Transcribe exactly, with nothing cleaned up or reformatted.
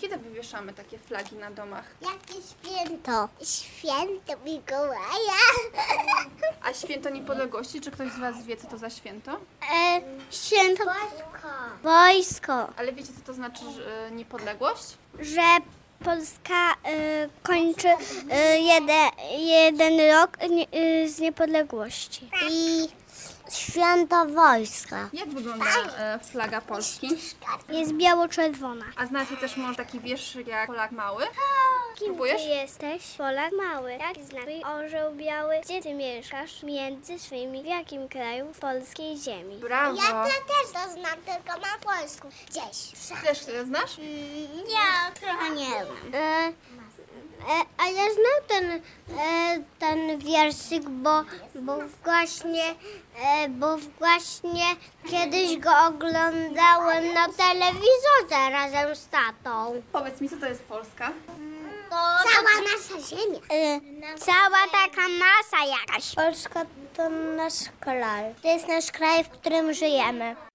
kiedy wywieszamy takie flagi na domach? Jakie święto? Święto Mikołaja. A święto niepodległości, czy ktoś z was wie, co to za święto? E, święto Wojsko. Wojsko. Ale wiecie, co to znaczy że, niepodległość? Że Polska y, kończy y, jeden, jeden rok y, z niepodległości. I święto wojska. Jak wygląda e, flaga Polski? Jest biało-czerwona. A znacie też może taki wierszyk jak Polak Mały? Kim Próbujesz? ty jesteś? Polak mały. Jaki znak? Orzeł biały. Gdzie ty mieszkasz? Między swymi. W jakim kraju? W polskiej ziemi. Brawo! Ja to też to znam, tylko na polsku. Gdzieś. Też e, znasz? Ja trochę nie znam. E, e, a ja znam ten, e, ten wierszyk, bo, bo właśnie, e, bo właśnie kiedyś go oglądałem na telewizorze razem z tatą. Powiedz mi, co to jest Polska? To, cała nasza ziemia. E, cała taka masa jakaś. Polska to nasz kraj. To jest nasz kraj, w którym żyjemy.